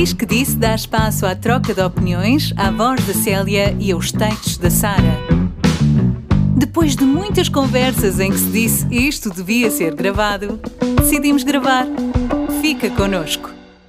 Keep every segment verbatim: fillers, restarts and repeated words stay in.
Diz que Disse dá espaço à troca de opiniões, à voz da Célia e aos textos da Sara. Depois de muitas conversas em que se disse isto devia ser gravado, decidimos gravar. Fica connosco.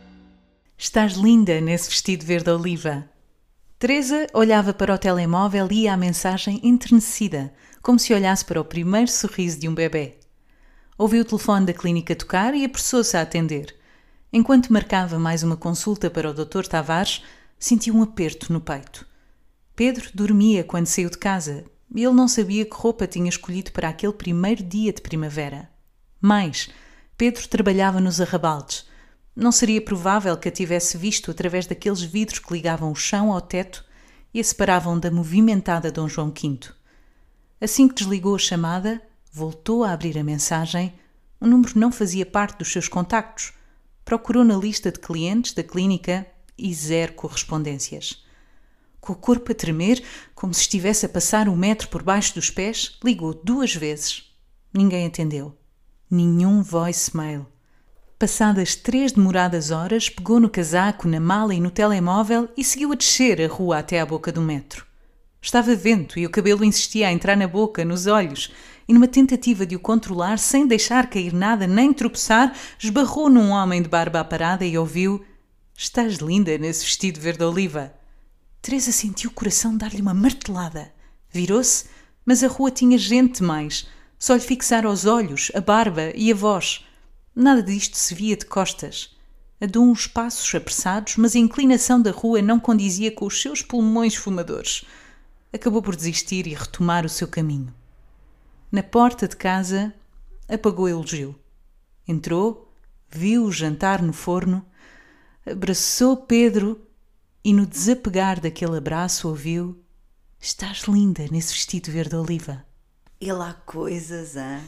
Estás linda nesse vestido verde-oliva. Teresa olhava para o telemóvel e ia a mensagem enternecida, como se olhasse para o primeiro sorriso de um bebê. Ouviu o telefone da clínica tocar e apressou-se a atender. Enquanto marcava mais uma consulta para o doutor Tavares, sentiu um aperto no peito. Pedro dormia quando saiu de casa e ele não sabia que roupa tinha escolhido para aquele primeiro dia de primavera. Mais, Pedro trabalhava nos arrabaldes. Não seria provável que a tivesse visto através daqueles vidros que ligavam o chão ao teto e a separavam da movimentada Dom João quinto. Assim que desligou a chamada, voltou a abrir a mensagem. O número não fazia parte dos seus contactos. Procurou na lista de clientes da clínica e zero correspondências. Com o corpo a tremer, como se estivesse a passar um metro por baixo dos pés, ligou duas vezes. Ninguém atendeu. Nenhum voicemail. Passadas três demoradas horas, pegou no casaco, na mala e no telemóvel e seguiu a descer a rua até à boca do metro. Estava vento e o cabelo insistia a entrar na boca, nos olhos, e numa tentativa de o controlar, sem deixar cair nada nem tropeçar, esbarrou num homem de barba aparada e ouviu: "Estás linda nesse vestido verde-oliva." Teresa sentiu o coração dar-lhe uma martelada. Virou-se, mas a rua tinha gente demais. Só lhe fixaram os olhos, a barba e a voz. Nada disto se via de costas. Andou uns passos apressados, mas a inclinação da rua não condizia com os seus pulmões fumadores. Acabou por desistir e retomar o seu caminho. Na porta de casa, apagou o elogio. Entrou, viu o jantar no forno, abraçou Pedro e no desapegar daquele abraço ouviu: "Estás linda nesse vestido verde-oliva." E lá coisas, hein?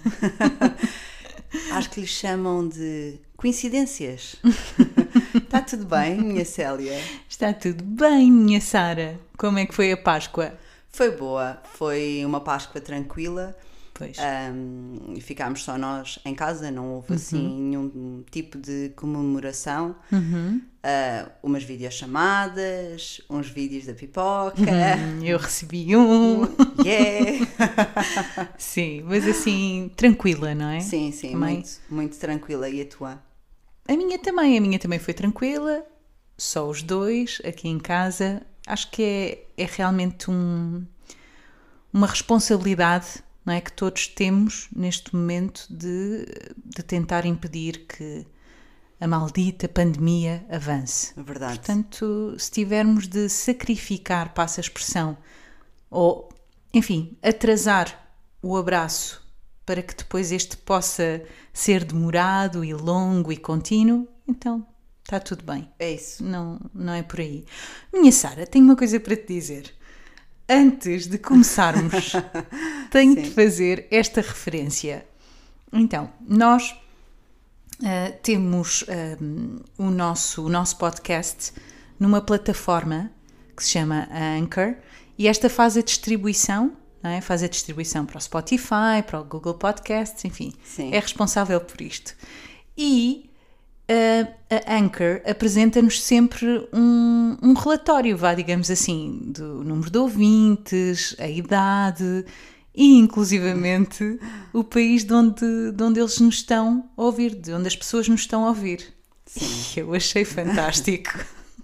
Acho que lhe chamam de coincidências. Está tudo bem, minha Célia? Está tudo bem, minha Sara. Como é que foi a Páscoa? Foi boa, foi uma Páscoa tranquila. Pois. Um, ficámos só nós em casa, não houve assim uhum. nenhum tipo de comemoração. Uhum. Uh, umas videochamadas, uns vídeos da pipoca. Uhum. Eu recebi um. Yeah! Sim, mas assim, tranquila, não é? Sim, sim, muito, muito tranquila. E a tua? A minha também, a minha também foi tranquila. Só os dois, aqui em casa. Acho que é, é realmente um, uma responsabilidade, não é, que todos temos neste momento de, de tentar impedir que a maldita pandemia avance. É verdade. Portanto, se tivermos de sacrificar, passa a expressão, ou, enfim, atrasar o abraço para que depois este possa ser demorado e longo e contínuo, então está tudo bem. É isso. Não, não é por aí. Minha Sara, tenho uma coisa para te dizer. Antes de começarmos, tenho Sim. de fazer esta referência. Então, nós uh, temos um, o, nosso, o nosso podcast numa plataforma que se chama Anchor e esta faz a distribuição, não é? Faz a distribuição para o Spotify, para o Google Podcasts, enfim, Sim. é responsável por isto. E Uh, a Anchor apresenta-nos sempre um, um relatório, vá, digamos assim, do número de ouvintes, a idade e, inclusivamente, o país de onde, de onde eles nos estão a ouvir, de onde as pessoas nos estão a ouvir. Sim. E eu achei fantástico.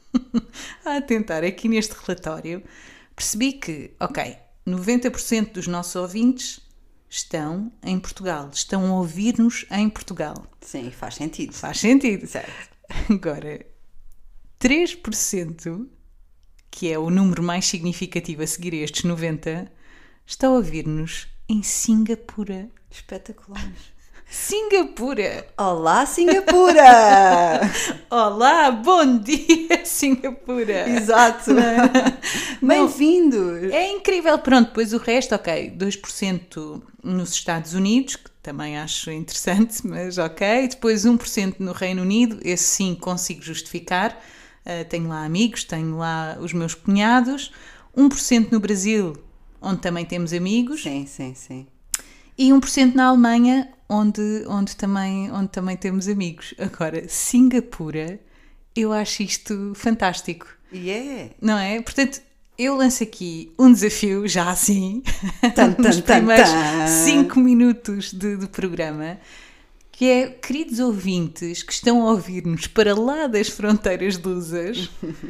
A tentar aqui neste relatório, percebi que, ok, noventa por cento dos nossos ouvintes estão em Portugal, estão a ouvir-nos em Portugal. Sim, faz sentido. Faz sentido. Certo. Agora, três por cento, que é o número mais significativo a seguir estes noventa, está a ouvir-nos em Singapura. Espetacular. Singapura! Olá, Singapura! Olá, bom dia, Singapura! Exato! Bem-vindos! É incrível. Pronto, depois o resto, ok, dois por cento nos Estados Unidos, que também acho interessante, mas ok. Depois um por cento no Reino Unido, esse sim consigo justificar. Uh, tenho lá amigos, tenho lá os meus cunhados. um por cento no Brasil, onde também temos amigos. Sim, sim, sim. E um por cento na Alemanha, onde, onde, também, onde também temos amigos. Agora, Singapura Eu acho isto fantástico. E é. Não é? Portanto, eu lanço aqui um desafio, já assim, Tan, tan, nos tan, primeiros tan. cinco minutos de, de programa, que é, queridos ouvintes que estão a ouvir-nos para lá das fronteiras lusas,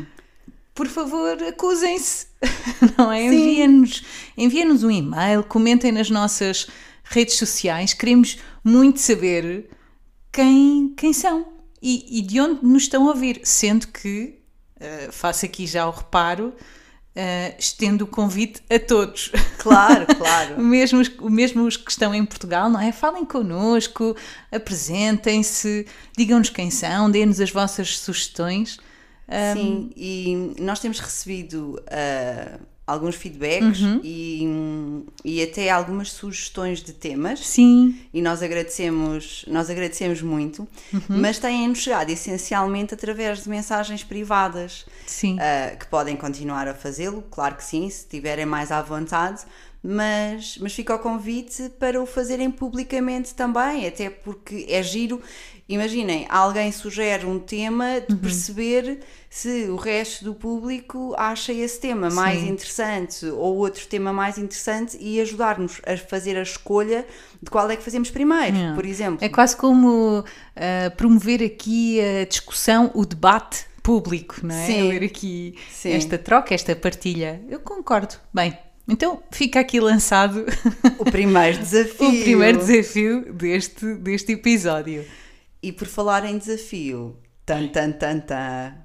por favor, acusem-se, não é? Enviem-nos, enviem-nos um e-mail, comentem nas nossas redes sociais, queremos muito saber quem, quem são e, e de onde nos estão a ouvir, sendo que, uh, faço aqui já o reparo, Uh, estendo o convite a todos. Claro, claro. mesmo, os, mesmo os que estão em Portugal, não é? Falem connosco, apresentem-se, digam-nos quem são, dê-nos as vossas sugestões. Um... Sim, e nós temos recebido uh, alguns feedbacks uhum. e, e até algumas sugestões de temas. Sim. E nós agradecemos, nós agradecemos muito, uhum. mas têm-nos chegado essencialmente através de mensagens privadas. Sim. Uh, que podem continuar a fazê-lo, claro que sim, se estiverem mais à vontade, mas, mas fica o convite para o fazerem publicamente também, até porque é giro. Imaginem, alguém sugere um tema de uhum. perceber se o resto do público acha esse tema mais Sim. interessante ou outro tema mais interessante e ajudar-nos a fazer a escolha de qual é que fazemos primeiro, é. por exemplo. É quase como uh, promover aqui a discussão, o debate público, não é? Sim. Haver aqui Sim. esta troca, esta partilha. Eu concordo. Bem, então fica aqui lançado o primeiro desafio. o primeiro desafio deste, deste episódio. E por falar em desafio, tan, tan, tan, tan.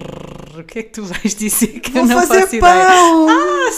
O que é que tu vais dizer que Vou eu não fazer faço pão. ideia? Ah,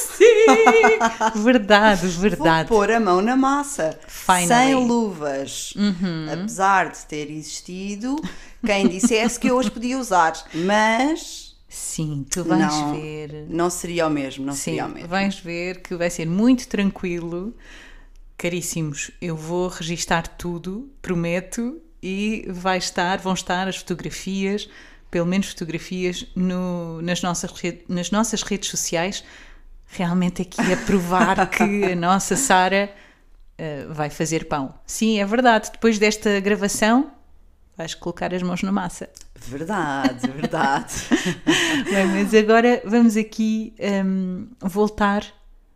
sim! Verdade, verdade. Vou pôr a mão na massa, Finally. sem luvas. Uhum. Apesar de ter existido quem dissesse que eu as podia usar, mas... Sim, tu vais não, ver. Não seria o mesmo, não Sim, seria o mesmo. vais ver que vai ser muito tranquilo. Caríssimos, eu vou registar tudo, prometo, e vai estar, vão estar as fotografias, pelo menos fotografias, no, nas, nossas, nas nossas redes sociais, realmente aqui a provar que a nossa Sara uh, vai fazer pão. Sim, é verdade, depois desta gravação vais colocar as mãos na massa. Verdade, verdade. Bem, mas agora vamos aqui um, voltar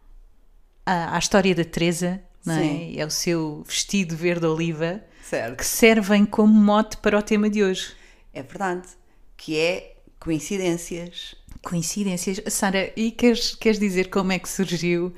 à, à história da Teresa, não é? É o seu vestido verde-oliva, certo. Que servem como mote para o tema de hoje. É verdade, que é coincidências. Coincidências. Sara, e queres, queres dizer como é que surgiu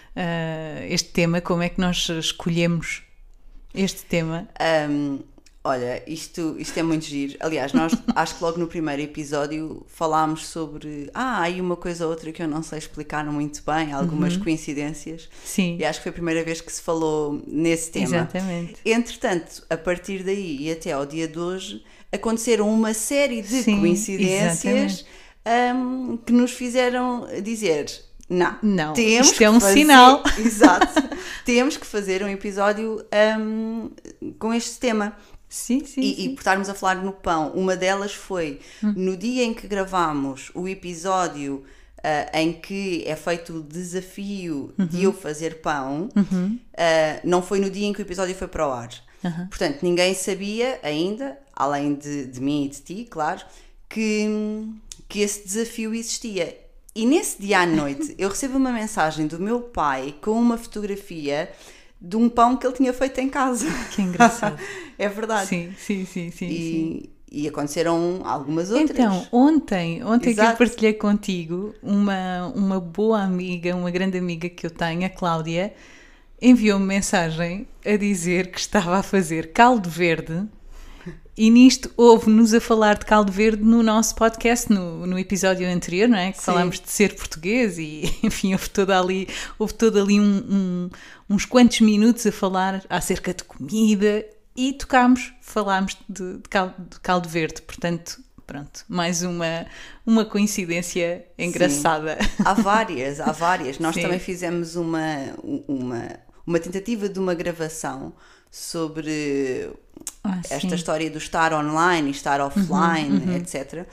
uh, este tema? Como é que nós escolhemos este tema? Um, olha, isto, isto é muito giro. Aliás, nós acho que logo no primeiro episódio falámos sobre ah, há aí uma coisa ou outra que eu não sei explicar muito bem, algumas uhum. coincidências. Sim. E acho que foi a primeira vez que se falou nesse tema. Exatamente. Entretanto, a partir daí e até ao dia de hoje, aconteceram uma série de Sim, coincidências um, que nos fizeram dizer não, não temos isto é um que fazer, sinal. Exato, temos que fazer um episódio um, com este tema. Sim, sim, e, sim. e por estarmos a falar no pão, uma delas foi hum. no dia em que gravámos o episódio uh, em que é feito o desafio uhum. de eu fazer pão, uhum. uh, não foi no dia em que o episódio foi para o ar. Uhum. Portanto, ninguém sabia ainda, além de, de mim e de ti, claro, que, que esse desafio existia. E nesse dia à noite eu recebo uma mensagem do meu pai com uma fotografia de um pão que ele tinha feito em casa. Que engraçado. É verdade. Sim, sim, sim, sim, e, sim. E aconteceram algumas outras. Então, ontem, ontem Exato. que eu partilhei contigo, uma, uma boa amiga, uma grande amiga que eu tenho, a Cláudia, enviou-me mensagem a dizer que estava a fazer caldo verde e nisto houve-nos a falar de caldo verde no nosso podcast, no, no episódio anterior, não é? Que Sim. falámos de ser português e, enfim, houve todo ali, houve todo ali um, um, uns quantos minutos a falar acerca de comida e tocámos, falámos de, de, caldo, de caldo verde, portanto... Pronto, mais uma, uma coincidência engraçada. Sim. Há várias, há várias. Nós Sim. também fizemos uma, uma, uma tentativa de uma gravação sobre ah, esta sim. história do estar online e estar offline, uhum, uhum. etcétera.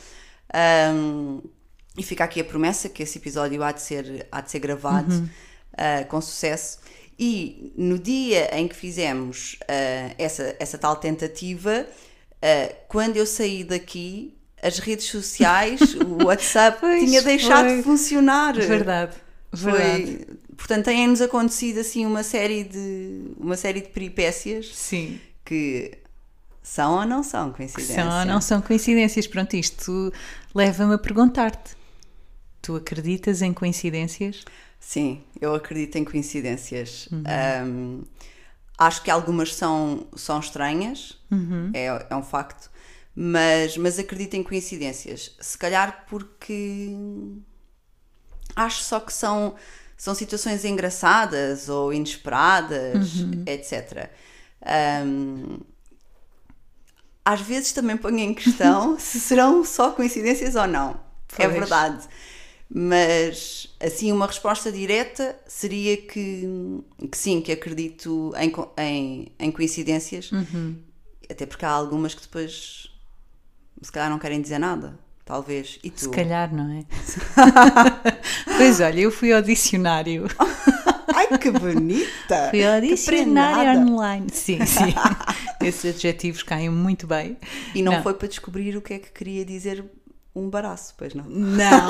Um, e fica aqui a promessa que esse episódio há de ser, há de ser gravado uhum. uh, com sucesso. E no dia em que fizemos uh, essa, essa tal tentativa, uh, quando eu saí daqui, as redes sociais, o WhatsApp Pois, tinha deixado foi. de funcionar. Verdade, verdade. Foi, portanto, têm-nos acontecido assim uma série de uma série de peripécias Sim. que são ou não são coincidências. São, não são coincidências. Pronto, isto leva-me a perguntar-te. Tu acreditas em coincidências? Sim, eu acredito em coincidências. Uhum. Um, acho que algumas são, são estranhas, uhum. é, é um facto, mas, mas acredito em coincidências. Se calhar porque acho só que são, são situações engraçadas ou inesperadas, uhum. etcétera. Um, às vezes também ponho em questão se serão só coincidências ou não. Pois. É verdade. Mas, assim, uma resposta direta seria que, que sim, que acredito em, em, em coincidências, uhum. até porque há algumas que depois, se calhar, não querem dizer nada, talvez. E tu? Se calhar, não é? Pois olha, eu fui ao dicionário. Ai, que bonita! Fui ao dicionário online. Sim, sim. Esses adjetivos caem muito bem. E não, não foi para descobrir o que é que queria dizer um embaraço, pois não? Não.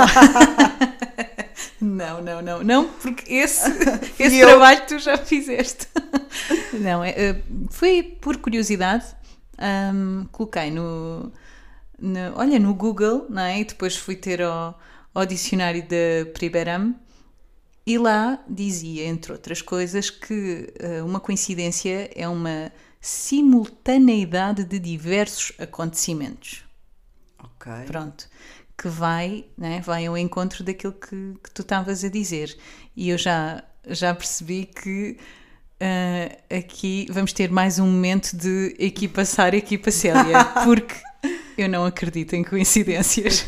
Não, não, não, não, porque esse, esse trabalho tu já fizeste. Não, é, foi por curiosidade, um, coloquei no, no, olha, no Google, não é? E depois fui ter ao, ao dicionário da Priberam e lá dizia, entre outras coisas, que uh, uma coincidência é uma simultaneidade de diversos acontecimentos. Ok. Pronto. Que vai, né, vai ao encontro daquilo que, que tu estavas a dizer. E eu já, já percebi que uh, aqui vamos ter mais um momento de equipa Sara, equipa Célia, porque eu não acredito em coincidências.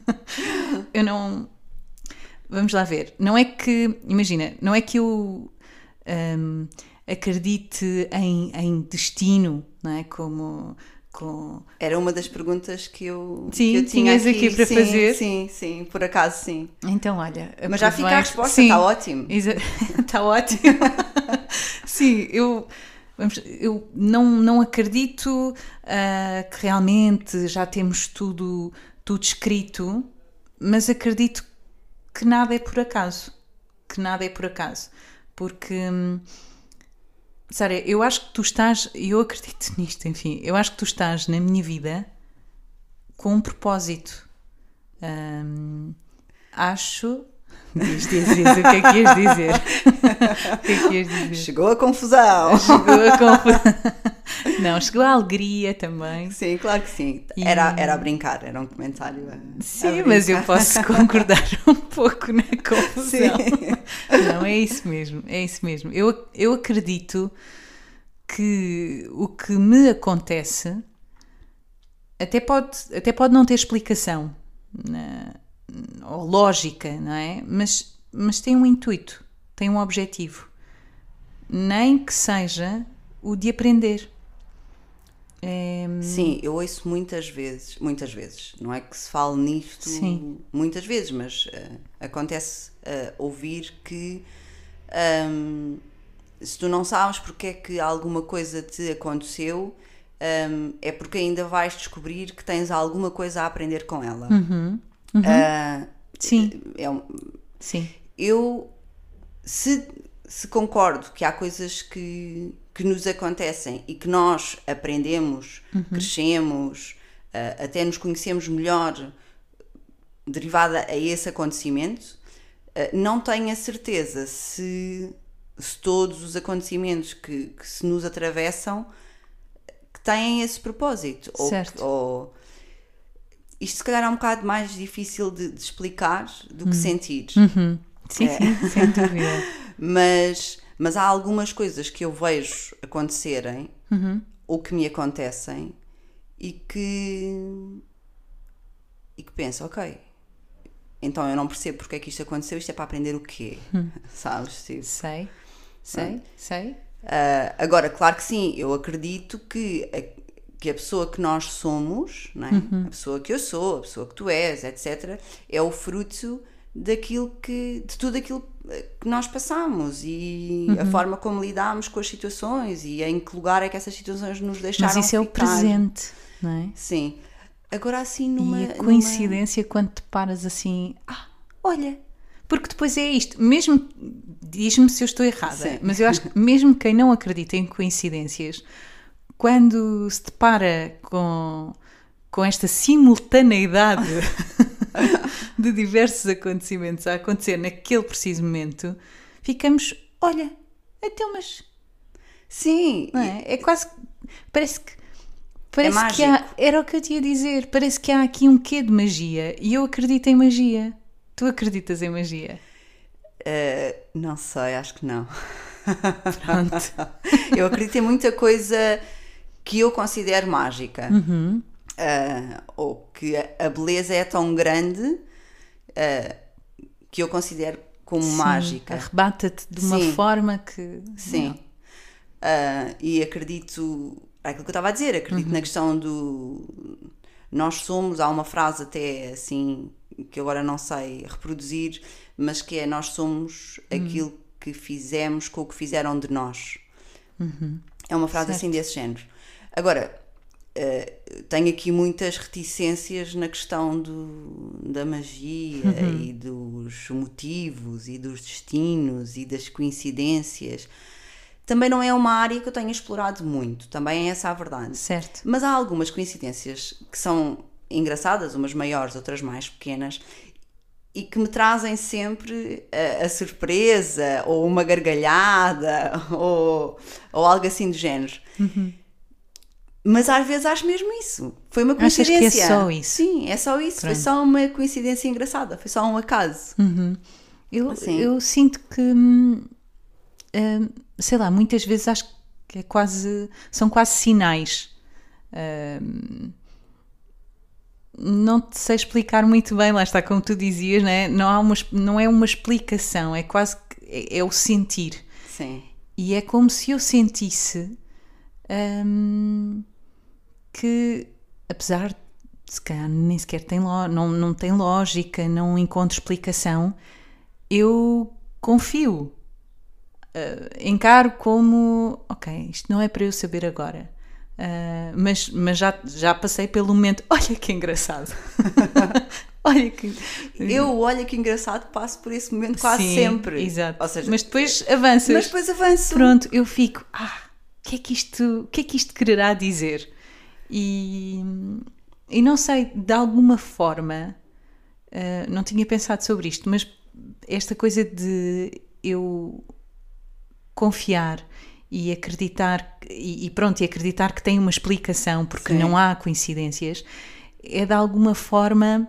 Eu não... Vamos lá ver. Não é que... Imagina, não é que eu um, acredite em, em destino, não é? Como... Com... Era uma das perguntas que eu, sim, que eu tinha tinhas aqui, aqui para sim, fazer. Sim, sim, por acaso sim. Então, olha... Mas já fica a resposta, está ótimo. Exa- está ótimo. Sim, eu, vamos, eu não, não acredito uh, que realmente já temos tudo, tudo escrito, mas acredito que nada é por acaso. Que nada é por acaso. Porque... Hum, Sara, eu acho que tu estás, e eu acredito nisto, enfim, eu acho que tu estás na minha vida com um propósito. Hum, acho... Diz, diz, diz, o que é que ias dizer? O que é que ias dizer? Chegou a confusão. Chegou a confusão. Não, chegou a alegria também. Sim, claro que sim. E... Era, era a brincar, era um comentário a, sim, a mas eu posso concordar um pouco na confusão. Sim. Não, é isso mesmo, é isso mesmo. Eu, eu acredito que o que me acontece até pode, até pode não ter explicação, na, ou lógica, não é? Mas, mas tem um intuito, tem um objetivo. Nem que seja o de aprender. É... Sim, eu ouço muitas vezes, muitas vezes, não é que se fale nisto Sim. muitas vezes, mas uh, acontece uh, ouvir que um, se tu não sabes porque é que alguma coisa te aconteceu, um, é porque ainda vais descobrir que tens alguma coisa a aprender com ela. Uhum. Uhum. Uh, Sim. É um, Sim. Eu, se, se concordo que há coisas que que nos acontecem e que nós aprendemos, uhum. crescemos, uh, até nos conhecemos melhor derivada a esse acontecimento, uh, não tenho a certeza se, se todos os acontecimentos que, que se nos atravessam que têm esse propósito. Certo. Ou, ou, isto se calhar é um bocado mais difícil de, de explicar do que uhum. sentir. Uhum. Sim, é. sim, sem dúvida. Mas... Mas há algumas coisas que eu vejo acontecerem, uhum. ou que me acontecem, e que, e que penso, ok, então eu não percebo porque é que isto aconteceu, isto é para aprender o quê? Hum. Sabes? Tipo, sei, sei, hum. sei. Uh, agora, claro que sim, eu acredito que a, que a pessoa que nós somos, não é? Uhum. A pessoa que eu sou, a pessoa que tu és, etcétera, é o fruto daquilo que, de tudo aquilo que nós passamos e uhum. a forma como lidámos com as situações e em que lugar é que essas situações nos deixaram Mas isso ficar. É o presente, não é? Sim. Agora assim numa... E a coincidência numa... quando te paras assim, ah, olha, porque depois é isto, mesmo, diz-me se eu estou errada, Sim. mas eu acho que mesmo quem não acredita em coincidências, quando se depara com, com esta simultaneidade de diversos acontecimentos a acontecer naquele preciso momento, ficamos, olha, então mas... Sim. Não é? É quase, parece que Parece é que há, era o que eu te ia dizer, parece que há aqui um quê de magia e eu acredito em magia. Tu acreditas em magia? Uh, não sei, acho que não. Pronto. Eu acredito em muita coisa que eu considero mágica. Uhum. Uh, ou que a beleza é tão grande uh, que eu considero como Sim, mágica. Arrebata-te de uma Sim. forma que... Sim. Uh, e acredito... É aquilo que eu estava a dizer, acredito uhum. na questão do nós somos, há uma frase até assim que agora não sei reproduzir, mas que é nós somos uhum. aquilo que fizemos com o que fizeram de nós. Uhum. É uma frase certo. assim desse género. Agora, uh, tenho aqui muitas reticências na questão do, da magia uhum. e dos motivos e dos destinos e das coincidências. Também não é uma área que eu tenha explorado muito, também é essa a verdade. Certo. Mas há algumas coincidências que são engraçadas, umas maiores, outras mais pequenas, e que me trazem sempre a, a surpresa, ou uma gargalhada, ou, ou algo assim do género. Uhum. Mas às vezes acho mesmo isso. Foi uma coincidência. Achas que é só isso? Sim, é só isso. Pronto. Foi só uma coincidência engraçada, foi só um acaso. Uhum. Eu, eu sinto que... Hum, hum, sei lá, muitas vezes acho que é quase, são quase sinais. Um, não te sei explicar muito bem, lá está, como tu dizias, não é, não há uma, não é uma explicação, é quase, é, é o sentir. Sim. E é como se eu sentisse um, que, apesar de se calhar nem sequer tem, lo, não, não tem lógica, não encontro explicação, eu confio. Uh, encaro como, ok, isto não é para eu saber agora, uh, mas, mas já, já passei pelo momento, olha que engraçado. Olha que... Eu, olha que engraçado, passo por esse momento quase Sim, sempre. Exato. Ou seja, mas depois avanças. Mas depois avanço. Pronto, eu fico, ah, o que é que isto, o que é que isto quererá dizer? E, e não sei, de alguma forma, uh, não tinha pensado sobre isto, mas esta coisa de eu confiar e acreditar e, e pronto, e acreditar que tem uma explicação porque Sim. não há coincidências, é de alguma forma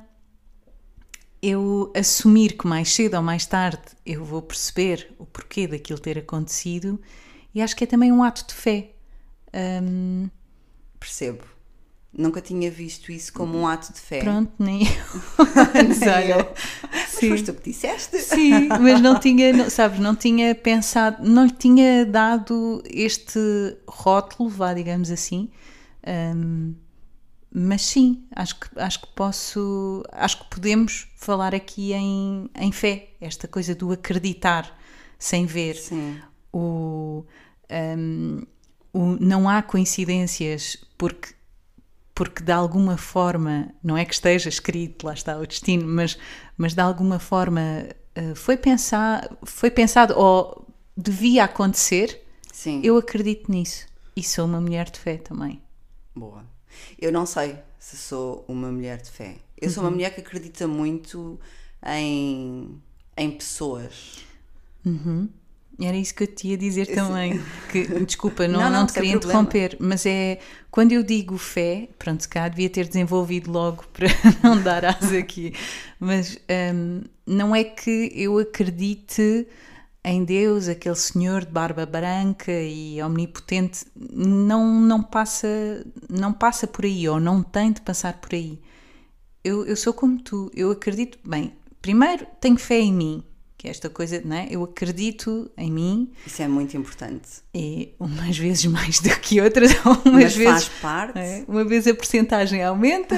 eu assumir que mais cedo ou mais tarde eu vou perceber o porquê daquilo ter acontecido, e acho que é também um ato de fé. Um... Percebo. Nunca tinha visto isso como um ato de fé. Pronto, nem eu. nem eu. Mas foste tu que disseste. Sim, mas não tinha, não, sabes, não tinha pensado, não lhe tinha dado este rótulo, vá, digamos assim. Um, mas sim, acho que, acho que posso, acho que podemos falar aqui em, em fé, esta coisa do acreditar sem ver. Sim. O, um, o não há coincidências porque porque de alguma forma, não é que esteja escrito, lá está o destino, mas, mas de alguma forma uh, foi, pensar, foi pensado ou devia acontecer. Sim. Eu acredito nisso e sou uma mulher de fé também. Boa. Eu não sei se sou uma mulher de fé. Eu uhum. sou uma mulher que acredita muito em, em pessoas. Uhum. Era isso que eu te ia dizer também. Que, desculpa, não, não, não, não te queria problema. interromper, mas é quando eu digo fé, pronto, se calhar devia ter desenvolvido logo para não dar asa aqui, mas um, não é que eu acredite em Deus, aquele senhor de barba branca e omnipotente, não, não, passa, não passa por aí, ou não tem de passar por aí. Eu, eu sou como tu, eu acredito, bem, primeiro tenho fé em mim, que é esta coisa, não é? Eu acredito em mim. Isso é muito importante. E umas vezes mais do que outras, umas Mas vezes... faz parte. É, uma vez a percentagem aumenta,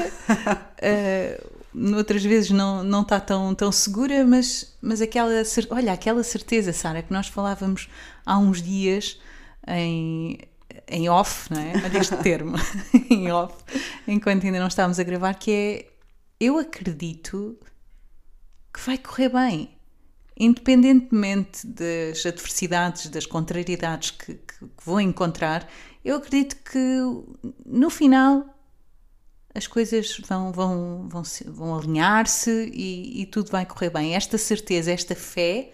uh, outras vezes não, não está tão, tão segura, mas, mas aquela, olha, aquela certeza, Sara, que nós falávamos há uns dias em, em off, não é? Olha este termo, em off, enquanto ainda não estávamos a gravar, que é, eu acredito que vai correr bem, independentemente das adversidades, das contrariedades que, que, que vou encontrar. Eu acredito que no final as coisas vão, vão, vão, vão alinhar-se e, e tudo vai correr bem. Esta certeza, esta fé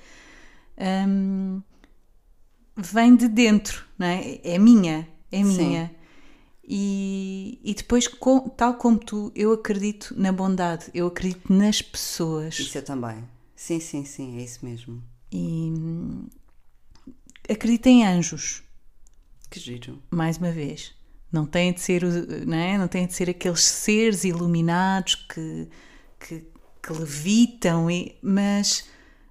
hum, vem de dentro, não é? É minha, é minha. Sim. E, e depois, com, tal como tu, eu acredito na bondade, eu acredito nas pessoas. Isso eu também. Sim, sim, sim, é isso mesmo. E hum, acredito em anjos. Que giro. Mais uma vez. Não tem de ser, não é? Não tem de ser aqueles seres iluminados que, que, que levitam, e, mas,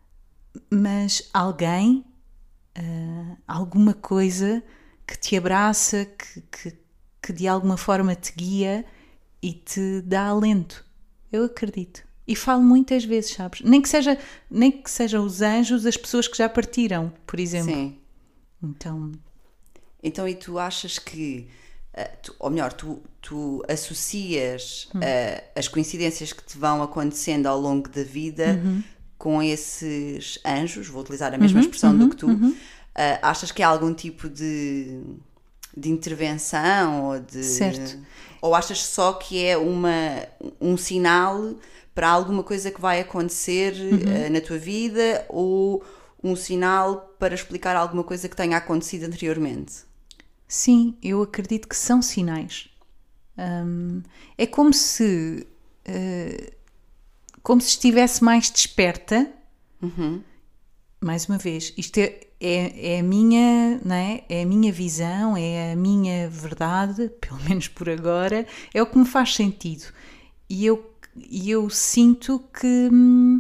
mas alguém, uh, alguma coisa que te abraça, que, que, que de alguma forma te guia e te dá alento. Eu acredito. E falo muitas vezes, sabes? Nem que seja, nem que sejam os anjos, as pessoas que já partiram, por exemplo. Sim. Então, então e tu achas que, uh, tu, ou melhor, tu, tu associas hum. uh, as coincidências que te vão acontecendo ao longo da vida uhum. com esses anjos, vou utilizar a mesma uhum, expressão uhum, do que tu, uhum. uh, achas que há algum tipo de, de intervenção ou de... Certo. Ou achas só que é uma, um sinal para alguma coisa que vai acontecer uhum. uh, na tua vida, ou um sinal para explicar alguma coisa que tenha acontecido anteriormente? Sim, eu acredito que são sinais. Um, é como se uh, como se estivesse mais desperta. Uhum. Mais uma vez, isto é, é, é a minha, não é? É a minha visão, é a minha verdade, pelo menos por agora, é o que me faz sentido. E eu, e eu sinto que,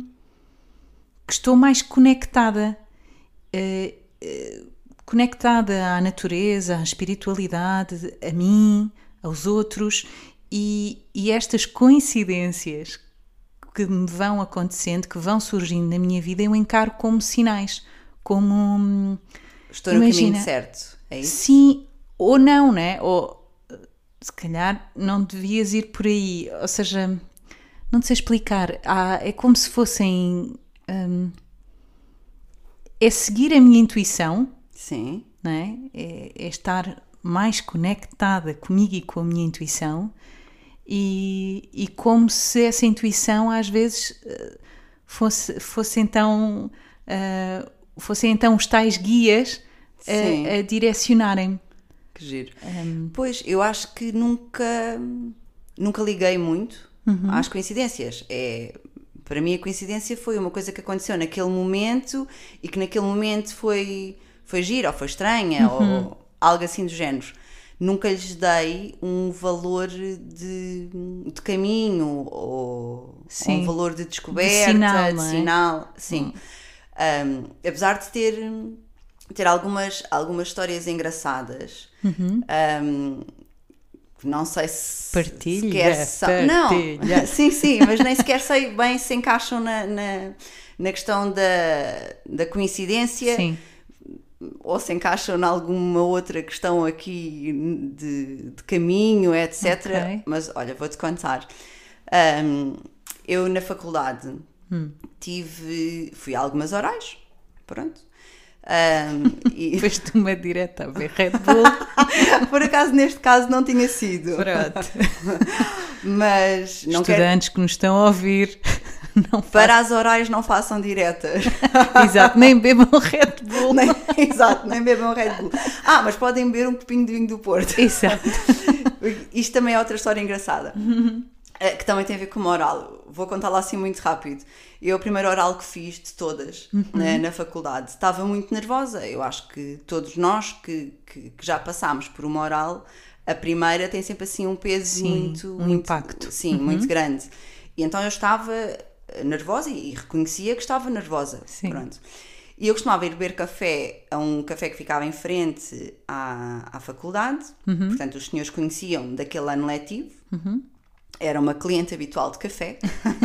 que estou mais conectada. Uh, uh, conectada à natureza, à espiritualidade, a mim, aos outros, e, e estas coincidências que me vão acontecendo, que vão surgindo na minha vida, eu encaro como sinais, como... Estou no imagina, caminho certo, é isso? Sim, ou não, né? Ou se calhar não devias ir por aí, ou seja, não te sei explicar, ah, é como se fossem... Hum, é seguir a minha intuição. Sim. Não é? É, é estar mais conectada comigo e com a minha intuição, e, e como se essa intuição às vezes fosse, fosse então uh, fossem então os tais guias a, a direcionarem-me. Que giro. Um, pois, eu acho que nunca nunca liguei muito uhum. às coincidências. É... Para mim a coincidência foi uma coisa que aconteceu naquele momento e que naquele momento foi... foi gira ou foi estranha uhum. ou algo assim do género. Nunca lhes dei um valor de, de caminho ou, ou um valor de descoberta, de sinal. De sinal é? Sim. Hum. Um, apesar de ter, ter algumas, algumas histórias engraçadas, uhum. um, não sei se partilha, sequer são, partilha. Não, sim, sim, mas nem sequer sei bem se encaixam na, na, na questão da, da coincidência. Sim. Ou se encaixam em alguma outra questão aqui de, de caminho, etcétera. Okay. Mas olha, vou-te contar. Um, eu na faculdade hum. tive, fui a algumas orais, pronto. Um, e... Foste uma direta a ver Red Bull. Por acaso neste caso não tinha sido. Pronto. Mas não estudantes quero... que nos estão a ouvir, não para façam... as orais não façam diretas. Exato, nem bebam Red Bull. Nem, exato, nem bebam Red Bull. Ah, mas podem beber um copinho de vinho do Porto. Exato. Isto também é outra história engraçada, uhum. que também tem a ver com uma oral. Vou contá-la assim muito rápido. Eu, a primeira oral que fiz de todas uhum. na, na faculdade, estava muito nervosa. Eu acho que todos nós que, que, que já passámos por uma oral, a primeira tem sempre assim um peso sim, muito... um muito, impacto. Sim, uhum. muito grande. E então eu estava nervosa e reconhecia que estava nervosa. Sim. Pronto. E eu costumava ir beber café a um café que ficava em frente à, à faculdade. Uhum. Portanto, os senhores conheciam daquele ano letivo. Uhum. Era uma cliente habitual de café.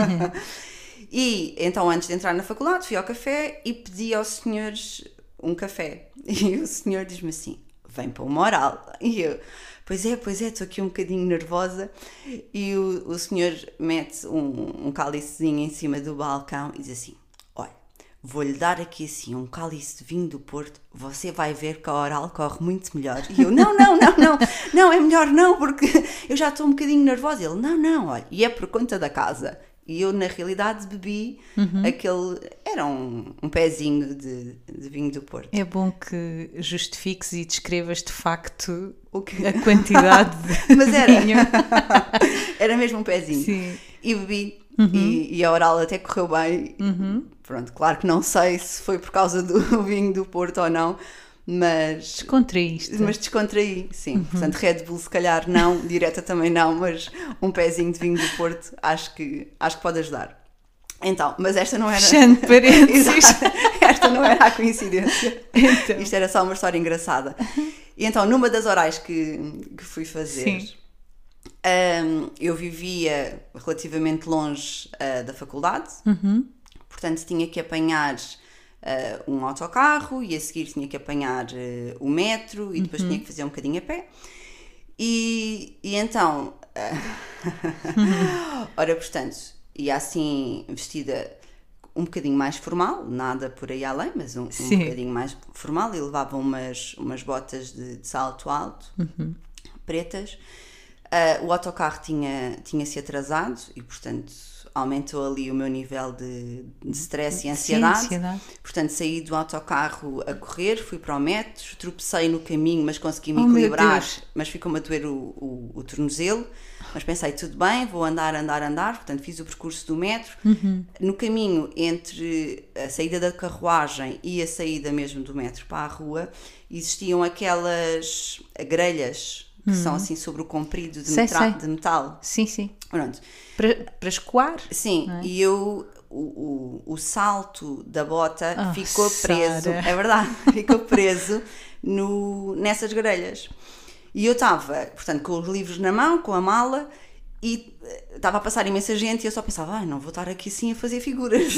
E então, antes de entrar na faculdade, fui ao café e pedi aos senhores um café. E o senhor diz-me assim: vem para uma oral. E eu, pois é, pois é, estou aqui um bocadinho nervosa. E o, o senhor mete um, um cálicezinho em cima do balcão e diz assim, olha, vou-lhe dar aqui assim um cálice de vinho do Porto, você vai ver que a oral corre muito melhor. E eu, não, não, não, não, não, é melhor não, porque eu já estou um bocadinho nervosa. Ele, não, não, olha, e é por conta da casa. E eu, na realidade, bebi uhum. aquele... Era um, um pezinho de, de vinho do Porto. É bom que justifiques e descrevas de facto o que... a quantidade de Mas era. vinho. Era mesmo um pezinho. Sim. E bebi. Uhum. E, e a oral até correu bem. Uhum. Pronto, claro que não sei se foi por causa do vinho do Porto ou não, mas... Descontraíste. Mas descontraí, sim. Uhum. Portanto, Red Bull se calhar não, direta também não, mas um pezinho de vinho do Porto acho que, acho que pode ajudar. Então, mas esta não era... Fechando parênteses. Esta não era a coincidência. Então. Isto era só uma história engraçada. E então, numa das orais que, que fui fazer... Sim. Um, eu vivia relativamente longe uh, da faculdade, uhum. portanto tinha que apanhar uh, um autocarro e a seguir tinha que apanhar uh, o metro e depois uhum. tinha que fazer um bocadinho a pé. E, e então, uh, ora, portanto, ia assim vestida um bocadinho mais formal, nada por aí além, mas um, um bocadinho mais formal, e levava umas, umas botas de, de salto alto, uhum. pretas. Uh, o autocarro tinha, tinha-se atrasado e, portanto, aumentou ali o meu nível de, de stress e ansiedade. Sim, ansiedade. Portanto, saí do autocarro a correr, fui para o metro, tropecei no caminho, mas consegui-me oh, equilibrar, mas ficou-me a doer o, o, o tornozelo. Mas pensei, tudo bem, vou andar, andar, andar. Portanto, fiz o percurso do metro. Uhum. No caminho entre a saída da carruagem e a saída mesmo do metro para a rua, existiam aquelas grelhas que uhum. são assim sobre o comprido de, sei, metra- sei. de metal. Sim, sim. Pronto. Para, para escoar? Sim, é? E eu, o, o, o salto da bota oh, ficou preso, Sara. é verdade, ficou preso no, nessas grelhas. E eu estava, portanto, com os livros na mão, com a mala, e estava a passar imensa gente e eu só pensava, ai, não vou estar aqui assim a fazer figuras.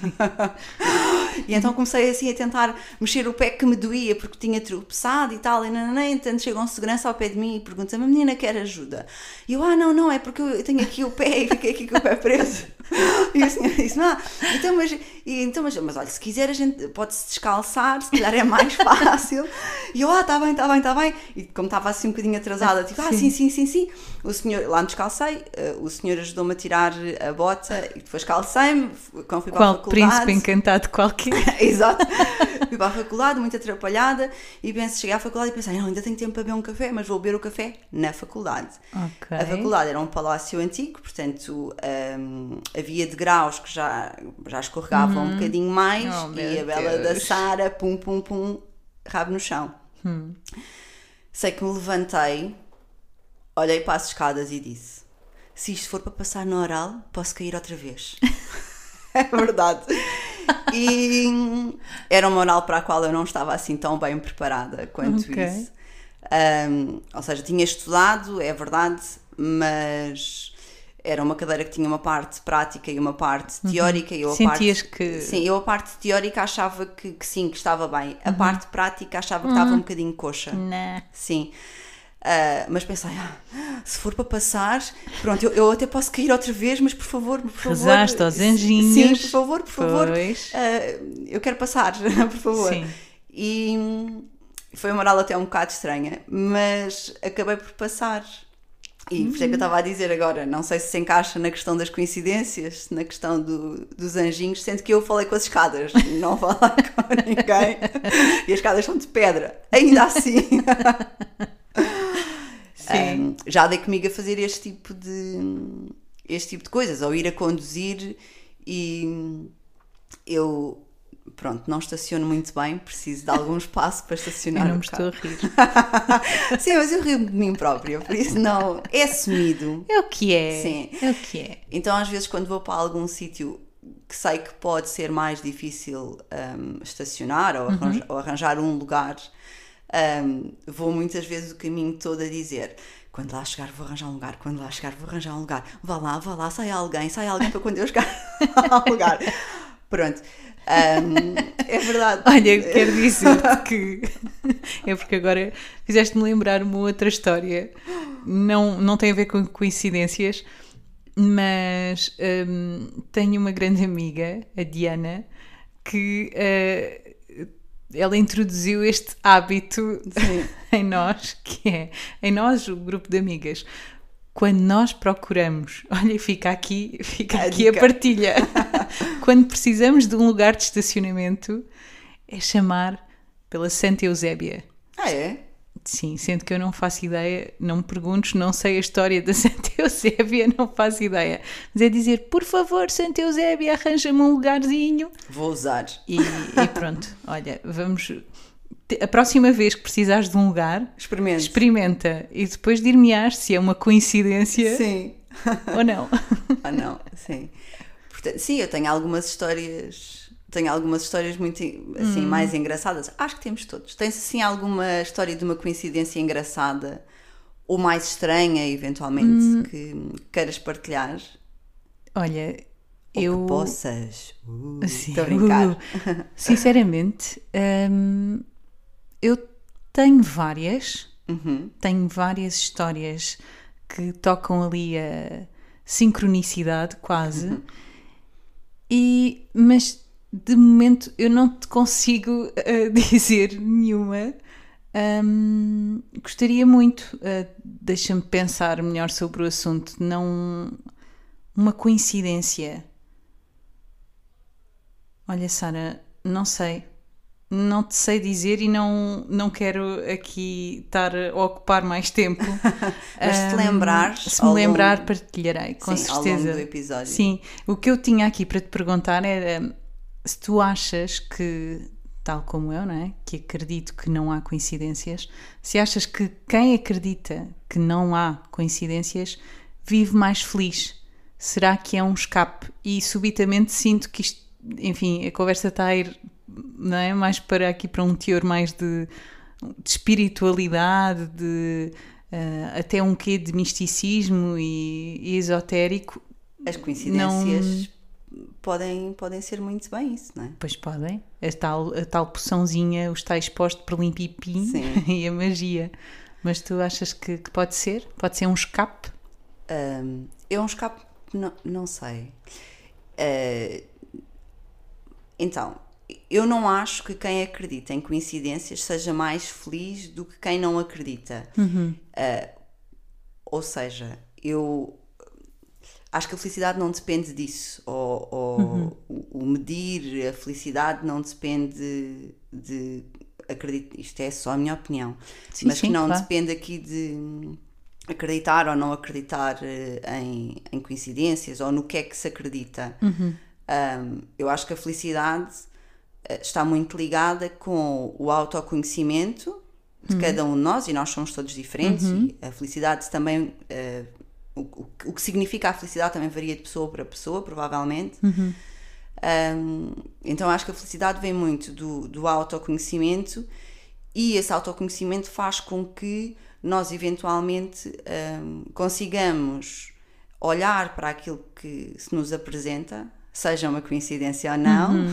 E então comecei assim a tentar mexer o pé que me doía porque tinha tropeçado e tal, e nananã, então chega um segurança ao pé de mim e pergunta-me, a menina quer ajuda? E eu, ah, não, não, é porque eu tenho aqui o pé e fiquei aqui com o pé preso. E o senhor disse, não, então mas, e, então, mas, mas olha, se quiser a gente pode-se descalçar, se calhar é mais fácil. E eu, ah, está bem, está bem, está bem. E como estava assim um bocadinho atrasada, tipo, ah, sim, sim, sim, sim. O senhor, lá me descalcei, uh, o senhor ajudou-me a tirar a bota e depois calcei-me, quando fui para Qual a faculdade. príncipe encantado qualquer. Exato. Fui para a faculdade, muito atrapalhada, e penso, cheguei à faculdade e pensei, não, ainda tenho tempo para beber um café, mas vou beber o café na faculdade. Okay. A faculdade era um palácio antigo, portanto um, havia degraus que já, já escorregavam hum. um bocadinho mais, oh, e a bela Deus. da Sara, pum, pum, pum, rabo no chão. Hum. Sei que me levantei, olhei para as escadas e disse, se isto for para passar no oral, posso cair outra vez. É verdade. E era uma oral para a qual eu não estava assim tão bem preparada quanto okay. isso. Um, ou seja, tinha estudado, é verdade, mas era uma cadeira que tinha uma parte prática e uma parte teórica. Uhum. E eu a Sentias parte, que... Sim, eu a parte teórica achava que, que sim, que estava bem. A uhum. parte prática achava que uhum. estava um bocadinho coxa. Não. Sim. Uh, mas pensei, ah, se for para passar, pronto, eu, eu até posso cair outra vez, mas por favor, por favor. Rezaste aos anjinhos. Sim, por favor, por favor. Uh, eu quero passar, por favor. Sim. E foi uma oral até um bocado estranha, mas acabei por passar. E por isso é que eu estava a dizer agora, não sei se se encaixa na questão das coincidências, na questão do, dos anjinhos, sendo que eu falei com as escadas, não falei com ninguém, e as escadas são de pedra, ainda assim. Um, já dei comigo a fazer este tipo de este tipo de coisas, ou ir a conduzir e eu, pronto, não estaciono muito bem, preciso de algum espaço para estacionar. Eu não o me carro. estou a rir. Sim, mas eu rio de mim própria, por isso não, é assumido. É o que é. Sim. É o que é. Então às vezes quando vou para algum sítio que sei que pode ser mais difícil um, estacionar ou arranjar, uhum. ou arranjar um lugar, Um, vou muitas vezes o caminho todo a dizer, quando lá chegar vou arranjar um lugar, quando lá chegar vou arranjar um lugar, vá lá, vá lá, sai alguém, sai alguém para quando eu chegar ao lugar. Pronto. Um, é verdade. Olha, quero dizer-te que é porque agora fizeste-me lembrar uma outra história, não, não tem a ver com coincidências, mas um, tenho uma grande amiga, a Diana, que uh, ela introduziu este hábito em nós, que é, em nós, o grupo de amigas, quando nós procuramos, olha, fica aqui, fica a aqui a dica. partilha, quando precisamos de um lugar de estacionamento, é chamar pela Santa Eusébia. Ah, é? Sim, sendo que eu não faço ideia, não me perguntes, não sei a história da Santa Eusébia, não faço ideia. Mas é dizer, por favor, Santa Eusébia, arranja-me um lugarzinho. Vou usar. E, e pronto, olha, vamos... A próxima vez que precisares de um lugar, Experimenta. experimenta e depois dir-me-ás se é uma coincidência Sim. ou não. Ah, não, sim. Portanto, sim, eu tenho algumas histórias, tenho algumas histórias muito assim, Hum. mais engraçadas. Acho que temos todos. Tens assim alguma história de uma coincidência engraçada ou mais estranha, eventualmente, Hum. que queiras partilhar? Olha, Ou eu... que possas. Uh, Sim, Estou a brincar. uh, sinceramente, hum, eu tenho várias, Uhum. tenho várias histórias que tocam ali a sincronicidade quase, Uhum. e, mas de momento eu não te consigo uh, dizer nenhuma. Hum, gostaria muito, uh, deixa-me pensar melhor sobre o assunto, não uma coincidência. Olha, Sara, não sei. Não te sei dizer e não, não quero aqui estar a ocupar mais tempo. Mas se te Um, lembrares, se me ao lembrar, longo- partilharei, com Sim, ao certeza. longo do episódio. Sim, o que eu tinha aqui para te perguntar era se tu achas que, tal como eu, não é? Que acredito que não há coincidências, se achas que quem acredita que não há coincidências vive mais feliz. Será que é um escape? E subitamente sinto que isto, enfim, a conversa está a ir, não é? Mais para aqui para um teor mais de, de espiritualidade, de uh, até um quê de misticismo e, e esotérico. As coincidências podem, podem ser muito bem isso, não é? Pois podem. A tal, a tal poçãozinha, os tais postos para limpipim Sim. e a magia. Mas tu achas que, que pode ser? Pode ser um escape? Um, é um escape, não, não sei. Uh, então, eu não acho que quem acredita em coincidências seja mais feliz do que quem não acredita. Uhum. Uh, ou seja, eu acho que a felicidade não depende disso. Ou, ou Uhum. o, o medir a felicidade não depende de. Acredito, isto é só a minha opinião. Sim, mas sim, que não claro. depende aqui de acreditar ou não acreditar uh, em, em coincidências ou no que é que se acredita. Uhum. Um, eu acho que a felicidade uh, está muito ligada com o autoconhecimento de Uhum. cada um de nós, e nós somos todos diferentes, Uhum. e a felicidade também, uh, o, o, o que significa a felicidade também varia de pessoa para pessoa, provavelmente. Uhum. Um, então acho que a felicidade vem muito do, do autoconhecimento, e esse autoconhecimento faz com que nós eventualmente um, consigamos olhar para aquilo que se nos apresenta, seja uma coincidência ou não, Uhum.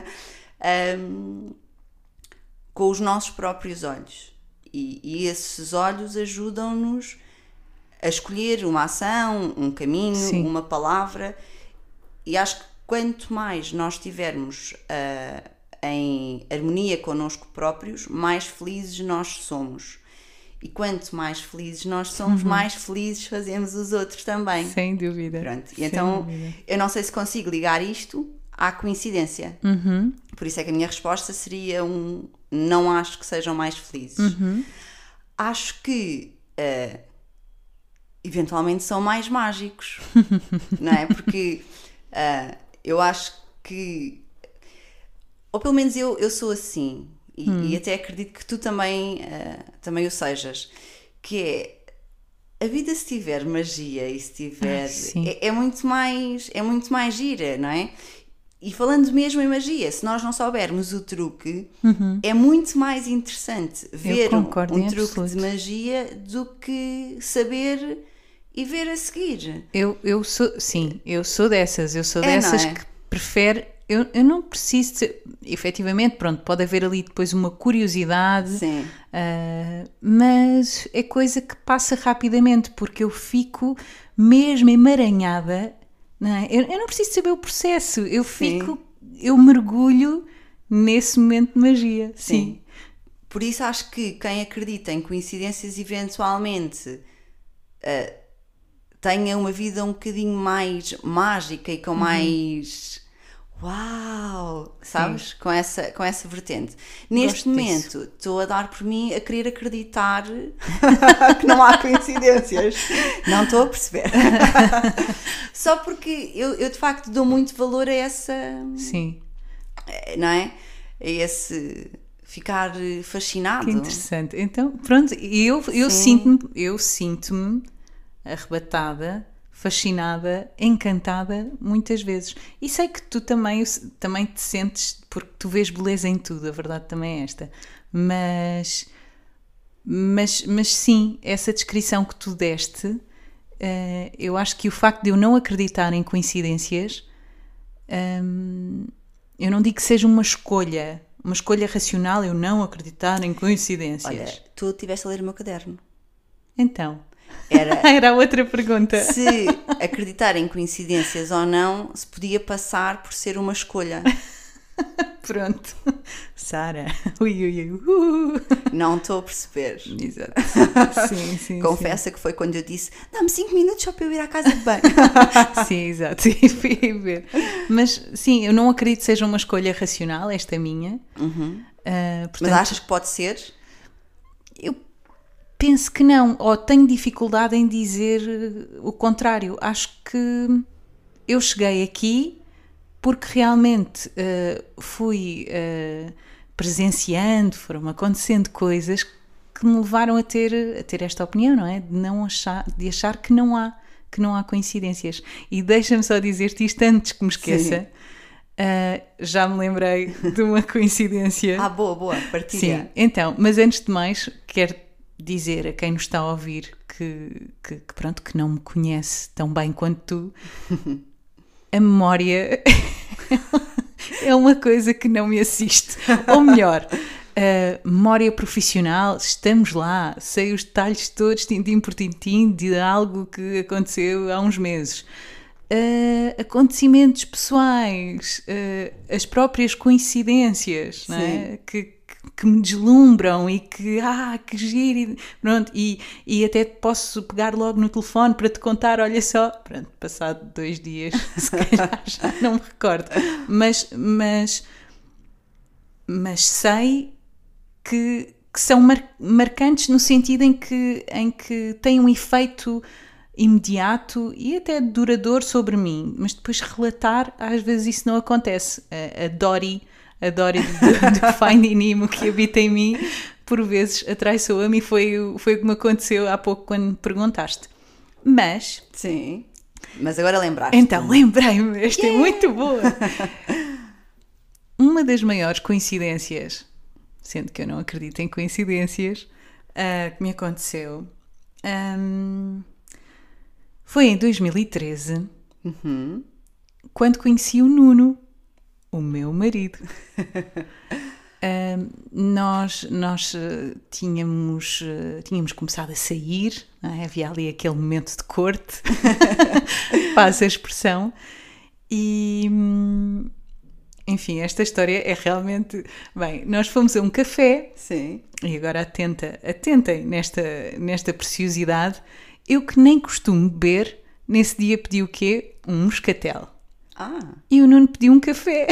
um, com os nossos próprios olhos. E, e esses olhos ajudam-nos a escolher uma ação, um caminho, Sim. uma palavra, e acho que quanto mais nós estivermos uh, em harmonia connosco próprios, mais felizes nós somos. E quanto mais felizes nós somos, Uhum. mais felizes fazemos os outros também. Sem dúvida. Pronto. E Sem então, dúvida. eu não sei se consigo ligar isto à coincidência. Uhum. Por isso é que a minha resposta seria um não acho que sejam mais felizes. Uhum. Acho que uh, eventualmente são mais mágicos. Não é? Porque uh, eu acho que, ou pelo menos eu, eu sou assim, e, Hum. e até acredito que tu também, uh, também o sejas, que é a vida, se tiver magia e se tiver, Ai, sim. é, é muito mais é muito mais gira, não é? E falando mesmo em magia, se nós não soubermos o truque, Uhum. é muito mais interessante ver um, concordo um em truque absoluto. de magia do que saber e ver a seguir. Eu, eu sou, sim, eu sou dessas, eu sou É, dessas não é? que prefere Eu, eu não preciso ser, efetivamente, pronto, pode haver ali depois uma curiosidade, Sim. uh, mas é coisa que passa rapidamente, porque eu fico mesmo emaranhada, não é? eu, eu não preciso saber o processo, eu Sim. fico, eu mergulho nesse momento de magia. Sim. Sim. Por isso acho que quem acredita em coincidências eventualmente uh, tenha uma vida um bocadinho mais mágica e com uhum. mais... Uau! Sabes? Com essa, com essa vertente. Neste Gosto momento, estou a dar por mim a querer acreditar que não há coincidências. Não estou a perceber. Só porque eu, eu, de facto, dou muito valor a essa... Sim. Não é? A esse... Ficar fascinado. Que interessante. Então, pronto, eu, eu sinto-me eu sinto-me arrebatada, fascinada, encantada muitas vezes. E sei que tu também, também te sentes, porque tu vês beleza em tudo, a verdade também é esta. Mas, mas, mas sim, essa descrição que tu deste, uh, eu acho que o facto de eu não acreditar em coincidências, um, eu não digo que seja uma escolha, uma escolha racional eu não acreditar em coincidências. Olha, tu estiveste a ler o meu caderno. Então... Era, Era a outra pergunta. Se acreditar em coincidências ou não, se podia passar por ser uma escolha. Pronto. Sara. Ui, ui, ui. Uh. Não estou a perceber. Exato. Sim, sim. Confessa sim. Que foi quando eu disse: dá-me cinco minutos só para eu ir à casa de banho. Sim, exato. Sim, fui ver. Mas sim, eu não acredito que seja uma escolha racional, esta minha. Uhum. Uh, portanto, Mas achas que pode ser? Eu penso que não, ou tenho dificuldade em dizer o contrário. Acho que eu cheguei aqui porque realmente uh, fui uh, presenciando, foram acontecendo coisas que me levaram a ter, a ter esta opinião, não é? De, não achar, de achar que não há, que não há coincidências. E deixa-me só dizer-te isto antes que me esqueça. Uh, já me lembrei de uma coincidência. Ah, boa, boa, partilha. Sim, então, mas antes de mais, quero dizer a quem nos está a ouvir que, que, que pronto, que não me conhece tão bem quanto tu, a memória é uma coisa que não me assiste. Ou melhor, a memória profissional, estamos lá, sei os detalhes todos, tintim por tintim, de algo que aconteceu há uns meses. Uh, acontecimentos pessoais, uh, as próprias coincidências, não é? que que me deslumbram e que, ah, que giro, e, pronto, e, e até posso pegar logo no telefone para te contar, olha só, pronto, passado dois dias, se calhar já não me recordo, mas, mas, mas sei que, que são mar, marcantes no sentido em que, em que têm um efeito imediato e até duradouro sobre mim, mas depois relatar, às vezes isso não acontece. A, a Dory A Dory do, do Finding Nemo que habita em mim, por vezes atraiçoa-me e foi, foi o que me aconteceu há pouco quando me perguntaste. Mas... Sim, mas agora lembraste. Então, lembrei-me, esta yeah. é muito boa. Uma das maiores coincidências, sendo que eu não acredito em coincidências, uh, que me aconteceu, um, foi em dois mil e treze, uhum. quando conheci o Nuno, o meu marido. uh, nós nós uh, tínhamos, uh, tínhamos começado a sair, não é? Havia ali aquele momento de corte, passa a expressão, e enfim, esta história é realmente... Bem, nós fomos a um café. Sim. E agora atenta, atentem nesta, nesta preciosidade, eu que nem costumo beber, nesse dia pedi o quê? Um moscatel. Ah. E o Nuno pediu um café.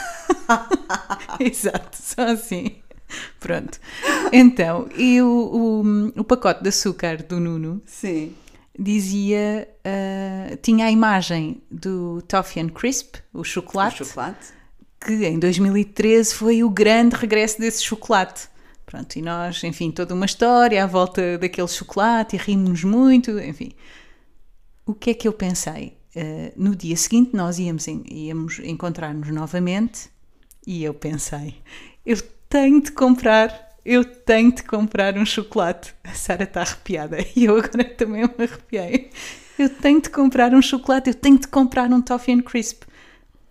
Exato, só assim. Pronto. Então, e o, o, o pacote de açúcar do Nuno Sim. dizia, uh, tinha a imagem do Toffee and Crisp, o chocolate, o chocolate, que em dois mil e treze foi o grande regresso desse chocolate. Pronto, e nós, enfim, toda uma história à volta daquele chocolate e rimos muito, enfim. O que é que eu pensei? Uh, no dia seguinte nós íamos, íamos encontrar-nos novamente e eu pensei, eu tenho de comprar, eu tenho de comprar um chocolate. A Sara está arrepiada e eu agora também me arrepiei. Eu tenho de comprar um chocolate, eu tenho de comprar um Toffee and Crisp.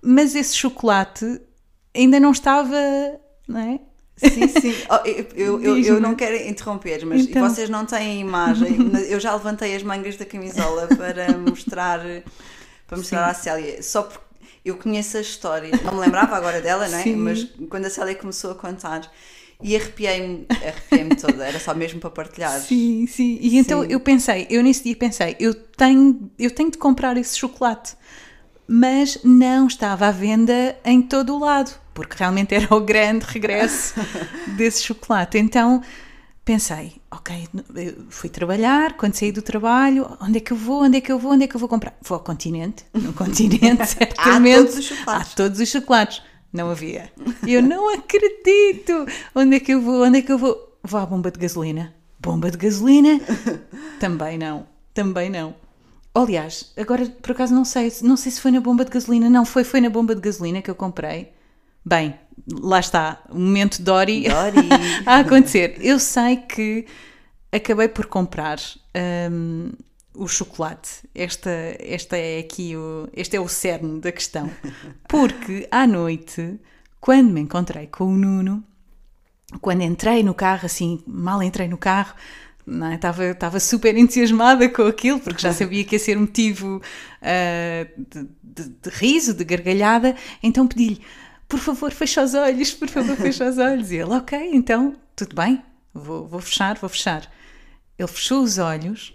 mas esse chocolate ainda não estava, não é? Sim, sim. Oh, eu, eu, eu, eu não quero interromper, mas então... vocês não têm a imagem. Eu já levantei as mangas da camisola para mostrar, para mostrar à Célia. Só porque eu conheço a história. Não me lembrava agora dela, não é? Sim. Mas quando a Célia começou a contar, e arrepiei-me, arrepiei-me toda. Era só mesmo para partilhar. Sim, sim. E então sim. eu pensei, eu nesse dia pensei, eu tenho, eu tenho de comprar esse chocolate. Mas não estava à venda em todo o lado, porque realmente era o grande regresso desse chocolate. Então pensei, ok, fui trabalhar, quando saí do trabalho, onde é que eu vou, onde é que eu vou, onde é que eu vou comprar? Vou ao Continente, no Continente, certamente. Há todos os chocolates. Há todos os chocolates. Não havia. Eu não acredito. Onde é que eu vou, onde é que eu vou? Vou à bomba de gasolina. Bomba de gasolina? Também não, também não. Aliás, agora por acaso não sei, não sei se foi na bomba de gasolina. Não, foi, foi na bomba de gasolina que eu comprei. Bem, lá está, o momento Dory, Dory. a acontecer. Eu sei que acabei por comprar um, o chocolate. Esta, esta é aqui o, este é o cerne da questão. Porque à noite, quando me encontrei com o Nuno, quando entrei no carro, assim, mal entrei no carro, não é? Estava, estava super entusiasmada com aquilo, porque já sabia que ia ser motivo uh, de, de, de riso, de gargalhada, então pedi-lhe, por favor, fecha os olhos, por favor, fecha os olhos. E ele, ok, então, tudo bem, vou, vou fechar, vou fechar. Ele fechou os olhos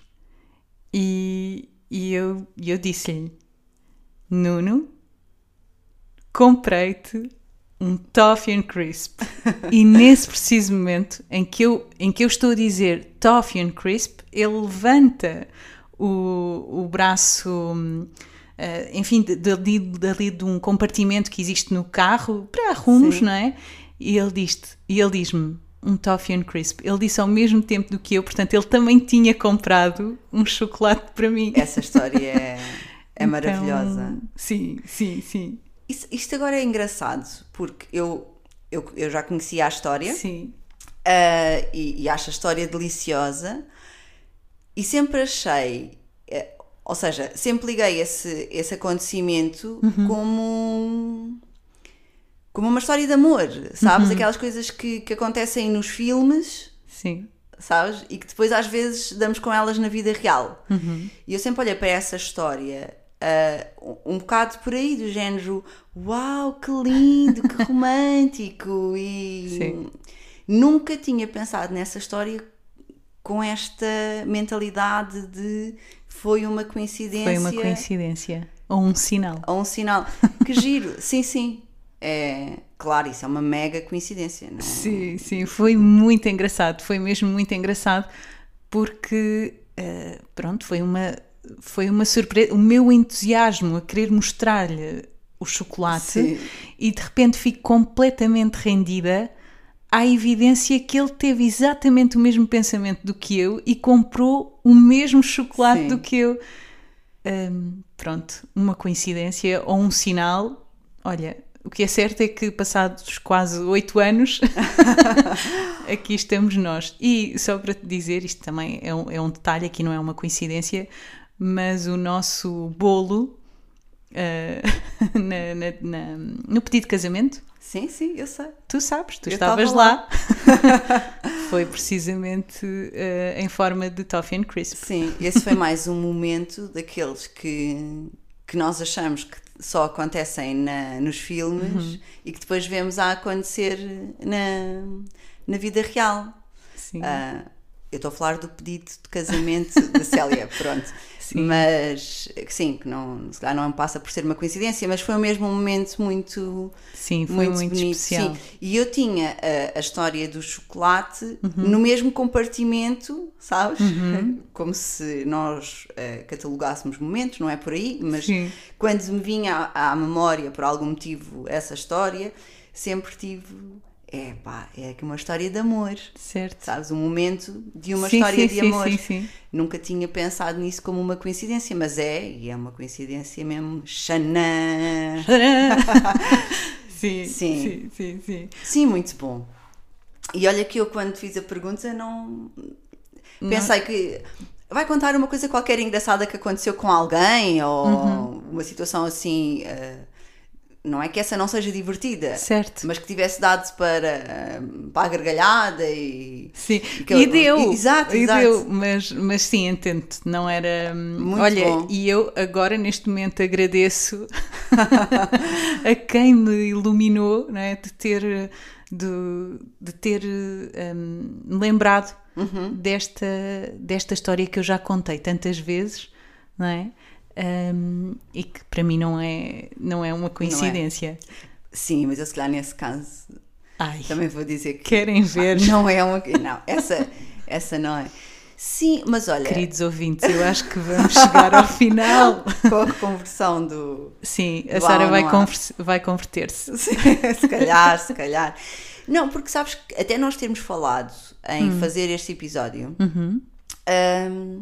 e, e eu, eu disse-lhe, Nuno, comprei-te um Toffee and Crisp. E nesse preciso momento em que eu, em que eu estou a dizer Toffee and Crisp, ele levanta o, o braço, uh, enfim, dali de, de, de, de um compartimento que existe no carro para arrumos, sim, não é? E ele diz-te, e ele diz-me um Toffee and Crisp. Ele disse ao mesmo tempo do que eu, portanto ele também tinha comprado um chocolate para mim. Essa história é, é então, maravilhosa. Sim, sim, sim. Isso, isto agora é engraçado, porque eu, eu, eu já conhecia a história. Sim. Uh, e, e acho a história deliciosa e sempre achei, uh, ou seja, sempre liguei esse, esse acontecimento uhum. como, como uma história de amor, sabes? Uhum. Aquelas coisas que, que acontecem nos filmes. Sim. Sabes? E que depois às vezes damos com elas na vida real. Uhum. E eu sempre olhei para essa história Uh, um bocado por aí do género, uau, que lindo, que romântico, e sim, nunca tinha pensado nessa história com esta mentalidade de foi uma coincidência. Foi uma coincidência, ou um sinal. Ou um sinal, que giro, sim, sim, é, claro, isso é uma mega coincidência, não é? Sim, sim, foi muito engraçado, foi mesmo muito engraçado, porque, uh, pronto, foi uma... Foi uma surpresa, o meu entusiasmo a querer mostrar-lhe o chocolate. Sim. E de repente fico completamente rendida à evidência que ele teve exatamente o mesmo pensamento do que eu e comprou o mesmo chocolate, sim, do que eu. Um, pronto, uma coincidência ou um sinal. Olha, o que é certo é que passados quase oito anos aqui estamos nós. E só para te dizer, isto também é um, é um detalhe, aqui não é uma coincidência, mas o nosso bolo uh, na, na, na, no pedido de casamento, sim, sim, eu sei, tu sabes, tu eu estavas lá, lá. Foi precisamente uh, em forma de Toffee and Crisp. Sim, esse foi mais um momento daqueles que, que nós achamos que só acontecem na, nos filmes, uhum, e que depois vemos a acontecer na, na vida real. Sim. Uh, eu estou a falar do pedido de casamento da Célia, pronto. Sim. Mas, sim, que não, se calhar não passa por ser uma coincidência, mas foi mesmo um momento muito, sim, foi muito, muito bonito, especial. Sim. E eu tinha a, a história do chocolate, uhum, no mesmo compartimento, sabes? Uhum. Como se nós uh, catalogássemos momentos, não é por aí, mas sim, quando me vinha à, à memória, por algum motivo, essa história, sempre tive... É pá, é aqui uma história de amor, certo, sabes, um momento de uma, sim, sim, história de sim, amor. Sim, sim. Nunca tinha pensado nisso como uma coincidência, mas é, e é uma coincidência mesmo. Xanã! sim, sim, sim, sim, sim. Sim, muito bom. E olha que eu quando fiz a pergunta não... Pensei não... que vai contar uma coisa qualquer engraçada que aconteceu com alguém, ou uhum, uma situação assim... Uh, não é que essa não seja divertida, certo, mas que tivesse dado para, para a gargalhada e... Sim, e, que e eu, deu, e, exato, e exato. deu, mas, mas sim, entendo, não era... Muito olha, bom. E eu agora neste momento agradeço a quem me iluminou, não é, de ter, de, de ter um, lembrado uhum. desta, desta história que eu já contei tantas vezes, não é? Um, e que para mim não é, não é uma coincidência. É. Sim, mas eu se calhar nesse caso Ai, também vou dizer que querem ver? Ah, não é uma, não, essa, essa não é. Sim, mas olha, queridos ouvintes, eu acho que vamos chegar ao final com a reconversão do... Sim, do a Sara vai, conver- vai converter-se. se calhar, se calhar. Não, porque sabes que até nós termos falado em hum. fazer este episódio, uhum. um,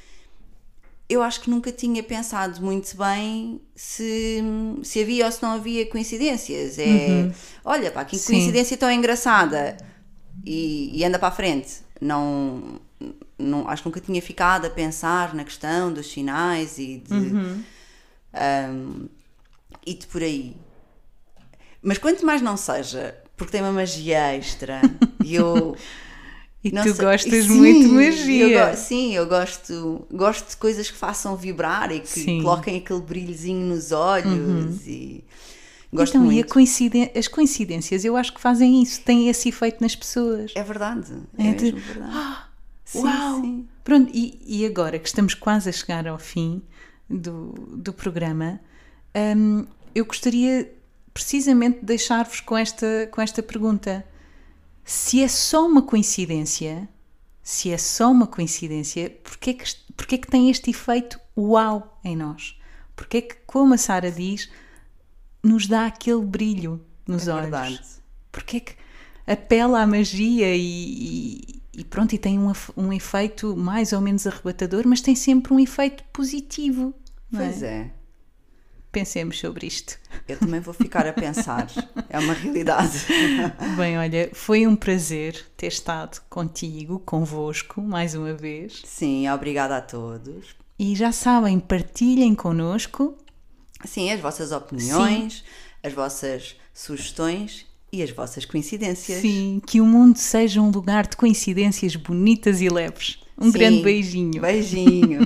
eu acho que nunca tinha pensado muito bem se, se havia ou se não havia coincidências. É, uhum. olha, pá, que coincidência tão engraçada e, e anda para a frente. Não, não, acho que nunca tinha ficado a pensar na questão dos sinais e de, uhum. um, e de por aí. Mas quanto mais não seja, porque tem uma magia extra e eu... E não tu sei, gostas sim, muito de magia. Eu, sim, eu gosto, gosto de coisas que façam vibrar e que sim. coloquem aquele brilhozinho nos olhos uhum. e gosto então, muito. E a coinciden- as coincidências, eu acho que fazem isso, têm esse efeito nas pessoas. É verdade, é, é mesmo de... verdade. Ah, sim, uau! Sim. Pronto, e, e agora que estamos quase a chegar ao fim do, do programa, hum, eu gostaria precisamente de deixar-vos com esta, com esta pergunta. Se é só uma coincidência, se é só uma coincidência, porquê que, porquê que tem este efeito uau em nós? Porquê que, como a Sara diz, nos dá aquele brilho nos é olhos? Verdade. Porquê que apela à magia e, e, e pronto, e tem um, um efeito mais ou menos arrebatador, mas tem sempre um efeito positivo. Não pois é? é. Pensemos sobre isto. Eu também vou ficar a pensar. É uma realidade. Bem, olha, foi um prazer ter estado contigo, convosco, mais uma vez. Sim, obrigada a todos. E já sabem, partilhem connosco. Sim, as vossas opiniões, Sim. as vossas sugestões e as vossas coincidências. Sim, que o mundo seja um lugar de coincidências bonitas e leves. Um Sim, grande beijinho. Beijinho.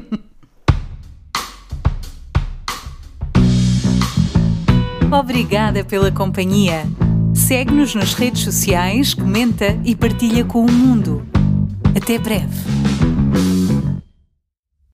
Obrigada pela companhia. Segue-nos nas redes sociais, comenta e partilha com o mundo. Até breve.